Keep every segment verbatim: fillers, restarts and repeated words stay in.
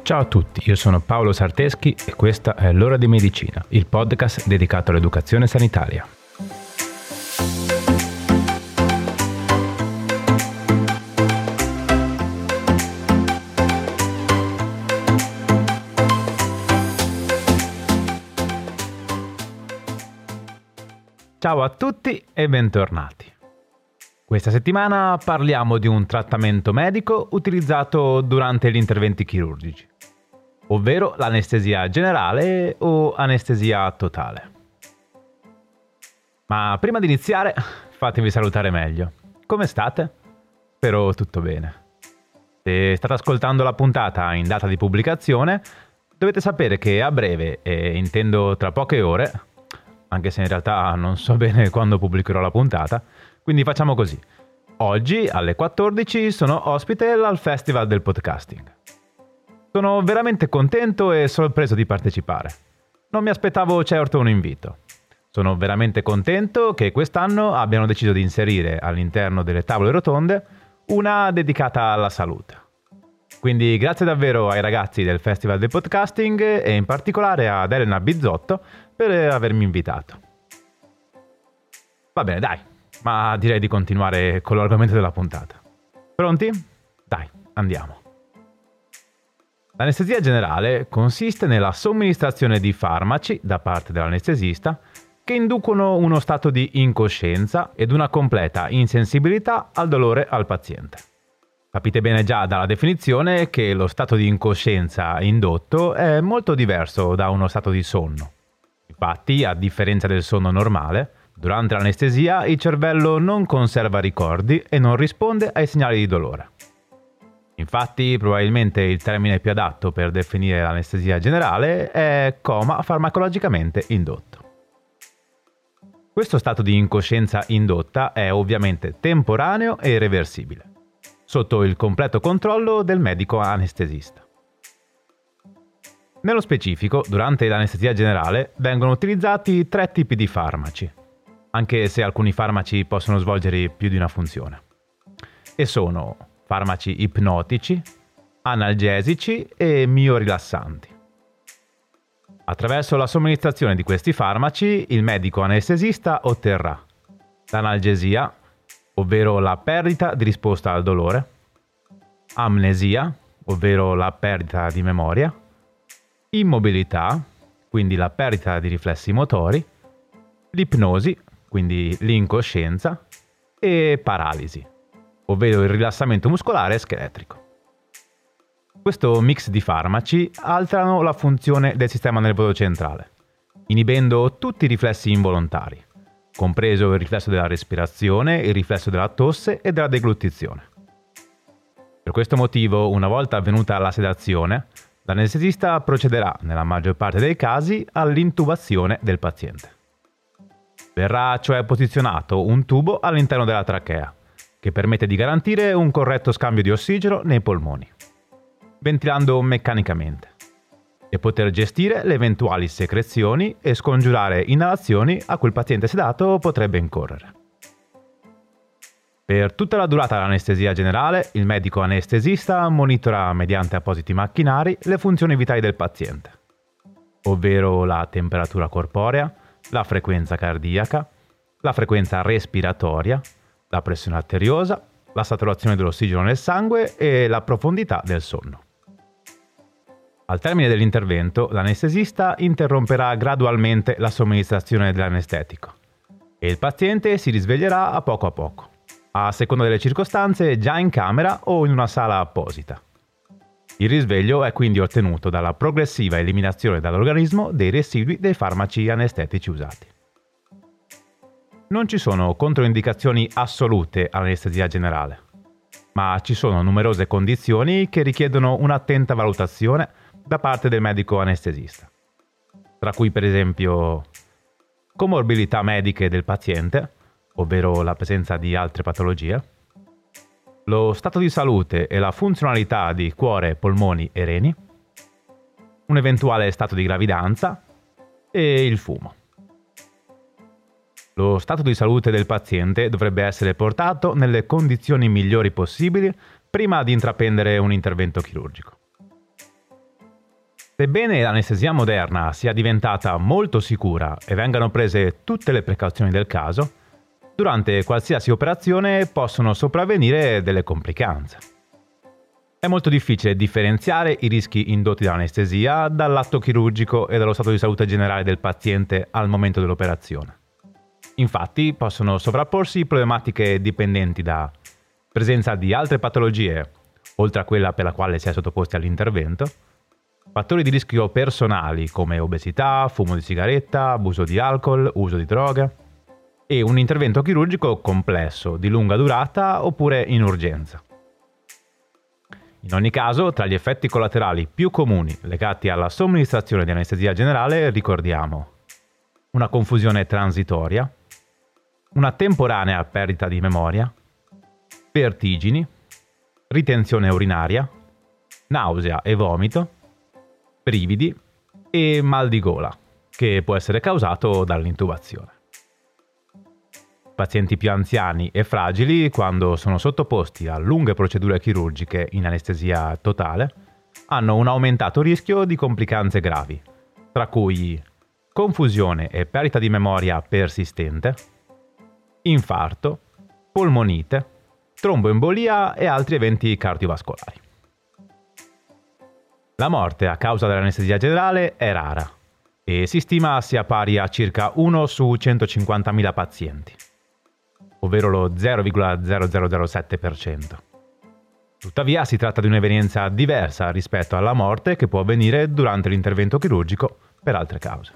Ciao a tutti, io sono Paolo Sarteschi e questa è L'Ora di Medicina, il podcast dedicato all'educazione sanitaria. Ciao a tutti e bentornati. Questa settimana parliamo di un trattamento medico utilizzato durante gli interventi chirurgici, ovvero l'anestesia generale o anestesia totale. Ma prima di iniziare, fatemi salutare meglio. Come state? Spero tutto bene. Se state ascoltando la puntata in data di pubblicazione, dovete sapere che a breve, e intendo tra poche ore, anche se in realtà non so bene quando pubblicherò la puntata, quindi facciamo così. Oggi alle quattordici sono ospite al Festival del Podcasting. Sono veramente contento e sorpreso di partecipare. Non mi aspettavo certo un invito. Sono veramente contento che quest'anno abbiano deciso di inserire all'interno delle tavole rotonde una dedicata alla salute. Quindi grazie davvero ai ragazzi del Festival del Podcasting e in particolare ad Elena Bizzotto per avermi invitato. Va bene, dai, ma direi di continuare con l'argomento della puntata. Pronti? Dai, andiamo. L'anestesia generale consiste nella somministrazione di farmaci da parte dell'anestesista che inducono uno stato di incoscienza ed una completa insensibilità al dolore al paziente. Capite bene già dalla definizione che lo stato di incoscienza indotto è molto diverso da uno stato di sonno. Infatti, a differenza del sonno normale, durante l'anestesia il cervello non conserva ricordi e non risponde ai segnali di dolore. Infatti, probabilmente il termine più adatto per definire l'anestesia generale è coma farmacologicamente indotto. Questo stato di incoscienza indotta è ovviamente temporaneo e irreversibile, sotto il completo controllo del medico anestesista. Nello specifico, durante l'anestesia generale vengono utilizzati tre tipi di farmaci, anche se alcuni farmaci possono svolgere più di una funzione. E sono farmaci ipnotici, analgesici e miorilassanti. Attraverso la somministrazione di questi farmaci, il medico anestesista otterrà l'analgesia, ovvero la perdita di risposta al dolore, amnesia, ovvero la perdita di memoria, immobilità, quindi la perdita di riflessi motori, l'ipnosi, quindi l'incoscienza, e paralisi, ovvero il rilassamento muscolare e scheletrico. Questo mix di farmaci alterano la funzione del sistema nervoso centrale, inibendo tutti i riflessi involontari, compreso il riflesso della respirazione, il riflesso della tosse e della deglutizione. Per questo motivo, una volta avvenuta la sedazione, l'anestesista procederà, nella maggior parte dei casi, all'intubazione del paziente. Verrà cioè posizionato un tubo all'interno della trachea, che permette di garantire un corretto scambio di ossigeno nei polmoni, ventilando meccanicamente, e poter gestire le eventuali secrezioni e scongiurare inalazioni a cui il paziente sedato potrebbe incorrere. Per tutta la durata dell'anestesia generale, il medico anestesista monitora mediante appositi macchinari le funzioni vitali del paziente, ovvero la temperatura corporea, la frequenza cardiaca, la frequenza respiratoria, la pressione arteriosa, la saturazione dell'ossigeno nel sangue e la profondità del sonno. Al termine dell'intervento, l'anestesista interromperà gradualmente la somministrazione dell'anestetico e il paziente si risveglierà a poco a poco, a seconda delle circostanze già in camera o in una sala apposita. Il risveglio è quindi ottenuto dalla progressiva eliminazione dall'organismo dei residui dei farmaci anestetici usati. Non ci sono controindicazioni assolute all'anestesia generale, ma ci sono numerose condizioni che richiedono un'attenta valutazione da parte del medico anestesista, tra cui per esempio comorbilità mediche del paziente, ovvero la presenza di altre patologie, lo stato di salute e la funzionalità di cuore, polmoni e reni, un eventuale stato di gravidanza e il fumo. Lo stato di salute del paziente dovrebbe essere portato nelle condizioni migliori possibili prima di intraprendere un intervento chirurgico. Sebbene l'anestesia moderna sia diventata molto sicura e vengano prese tutte le precauzioni del caso, durante qualsiasi operazione possono sopravvenire delle complicanze. È molto difficile differenziare i rischi indotti dall'anestesia dall'atto chirurgico e dallo stato di salute generale del paziente al momento dell'operazione. Infatti possono sovrapporsi problematiche dipendenti da presenza di altre patologie, oltre a quella per la quale si è sottoposti all'intervento, fattori di rischio personali come obesità, fumo di sigaretta, abuso di alcol, uso di droghe, e un intervento chirurgico complesso, di lunga durata oppure in urgenza. In ogni caso, tra gli effetti collaterali più comuni legati alla somministrazione di anestesia generale ricordiamo una confusione transitoria, una temporanea perdita di memoria, vertigini, ritenzione urinaria, nausea e vomito, brividi e mal di gola, che può essere causato dall'intubazione. Pazienti più anziani e fragili, quando sono sottoposti a lunghe procedure chirurgiche in anestesia totale, hanno un aumentato rischio di complicanze gravi, tra cui confusione e perdita di memoria persistente, infarto, polmonite, tromboembolia e altri eventi cardiovascolari. La morte a causa dell'anestesia generale è rara e si stima sia pari a circa uno su centocinquantamila pazienti, ovvero lo zero virgola zero zero zero sette per cento. Tuttavia si tratta di un'evenienza diversa rispetto alla morte che può avvenire durante l'intervento chirurgico per altre cause.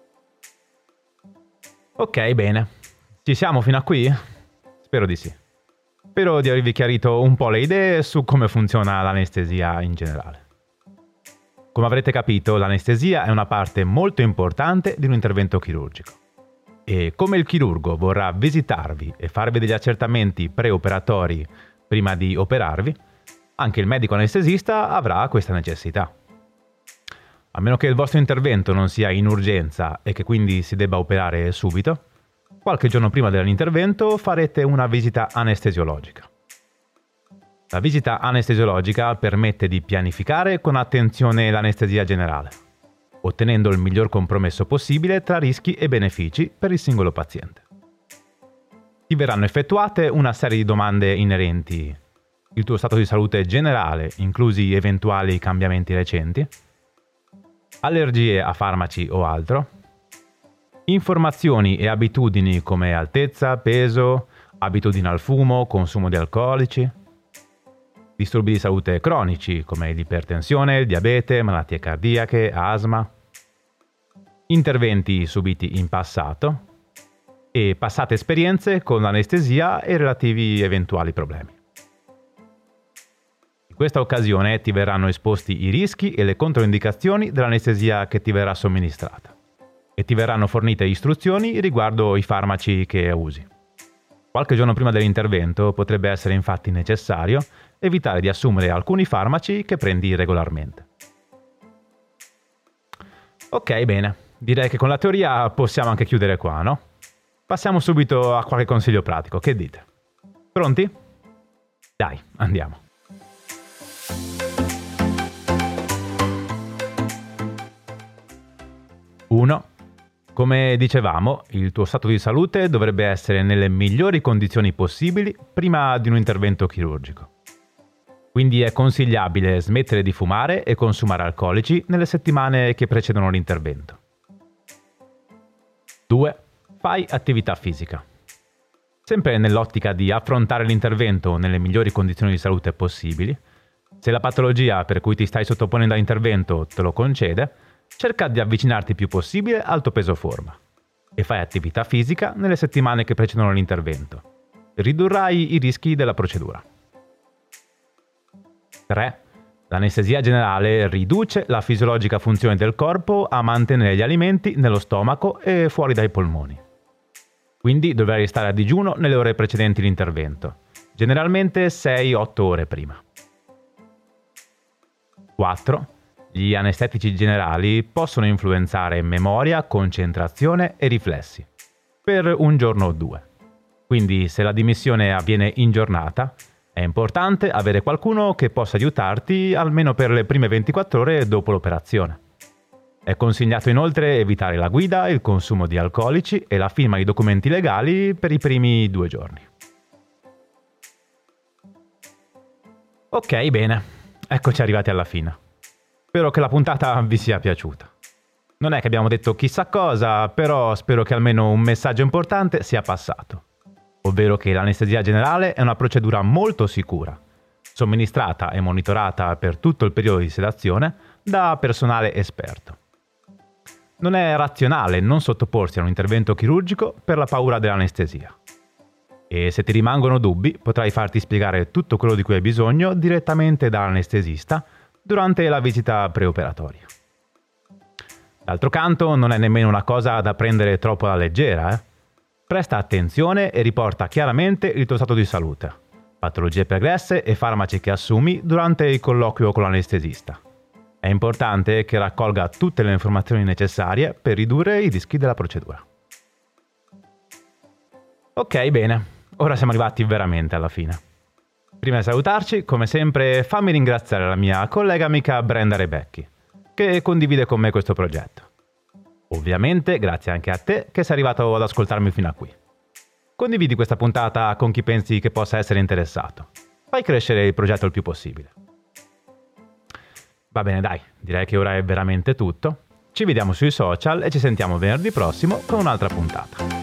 Ok, bene. Ci siamo fino a qui? Spero di sì. Spero di avervi chiarito un po' le idee su come funziona l'anestesia in generale. Come avrete capito, l'anestesia è una parte molto importante di un intervento chirurgico. E come il chirurgo vorrà visitarvi e farvi degli accertamenti preoperatori prima di operarvi, anche il medico anestesista avrà questa necessità. A meno che il vostro intervento non sia in urgenza e che quindi si debba operare subito, qualche giorno prima dell'intervento farete una visita anestesiologica. La visita anestesiologica permette di pianificare con attenzione l'anestesia generale, ottenendo il miglior compromesso possibile tra rischi e benefici per il singolo paziente. Ti verranno effettuate una serie di domande inerenti: il tuo stato di salute generale, inclusi eventuali cambiamenti recenti, allergie a farmaci o altro, informazioni e abitudini come altezza, peso, abitudini al fumo, consumo di alcolici, disturbi di salute cronici come l'ipertensione, il diabete, malattie cardiache, asma, interventi subiti in passato e passate esperienze con l'anestesia e relativi eventuali problemi. In questa occasione ti verranno esposti i rischi e le controindicazioni dell'anestesia che ti verrà somministrata e ti verranno fornite istruzioni riguardo i farmaci che usi. Qualche giorno prima dell'intervento potrebbe essere infatti necessario evitare di assumere alcuni farmaci che prendi regolarmente. Ok, bene. Direi che con la teoria possiamo anche chiudere qua, no? Passiamo subito a qualche consiglio pratico, che dite? Pronti? Dai, andiamo. uno. Come dicevamo, il tuo stato di salute dovrebbe essere nelle migliori condizioni possibili prima di un intervento chirurgico. Quindi è consigliabile smettere di fumare e consumare alcolici nelle settimane che precedono l'intervento. due. Fai attività fisica. Sempre nell'ottica di affrontare l'intervento nelle migliori condizioni di salute possibili, se la patologia per cui ti stai sottoponendo all'intervento te lo concede, cerca di avvicinarti il più possibile al tuo peso forma e fai attività fisica nelle settimane che precedono l'intervento. Ridurrai i rischi della procedura. tre. L'anestesia generale riduce la fisiologica funzione del corpo a mantenere gli alimenti nello stomaco e fuori dai polmoni. Quindi dovrai stare a digiuno nelle ore precedenti l'intervento, generalmente sei otto ore prima. quattro. Gli anestetici generali possono influenzare memoria, concentrazione e riflessi per un giorno o due. Quindi se la dimissione avviene in giornata, è importante avere qualcuno che possa aiutarti almeno per le prime ventiquattro ore dopo l'operazione, È consigliato inoltre evitare la guida, il consumo di alcolici e la firma di documenti legali per i primi due giorni. Ok, bene, eccoci arrivati alla fine. Spero che la puntata vi sia piaciuta. Non è che abbiamo detto chissà cosa, però spero che almeno un messaggio importante sia passato, ovvero che l'anestesia generale è una procedura molto sicura, somministrata e monitorata per tutto il periodo di sedazione da personale esperto. Non è razionale non sottoporsi a un intervento chirurgico per la paura dell'anestesia. E se ti rimangono dubbi, potrai farti spiegare tutto quello di cui hai bisogno direttamente dall'anestesista durante la visita preoperatoria. D'altro canto, non è nemmeno una cosa da prendere troppo alla leggera, eh? Presta attenzione e riporta chiaramente il tuo stato di salute, patologie pregresse e farmaci che assumi durante il colloquio con l'anestesista. È importante che raccolga tutte le informazioni necessarie per ridurre i rischi della procedura. Ok, bene, ora siamo arrivati veramente alla fine. Prima di salutarci, come sempre, fammi ringraziare la mia collega amica Brenda Rebecchi, che condivide con me questo progetto. Ovviamente, grazie anche a te che sei arrivato ad ascoltarmi fino a qui. Condividi questa puntata con chi pensi che possa essere interessato. Fai crescere il progetto il più possibile. Va bene, dai, direi che ora è veramente tutto. Ci vediamo sui social e ci sentiamo venerdì prossimo con un'altra puntata.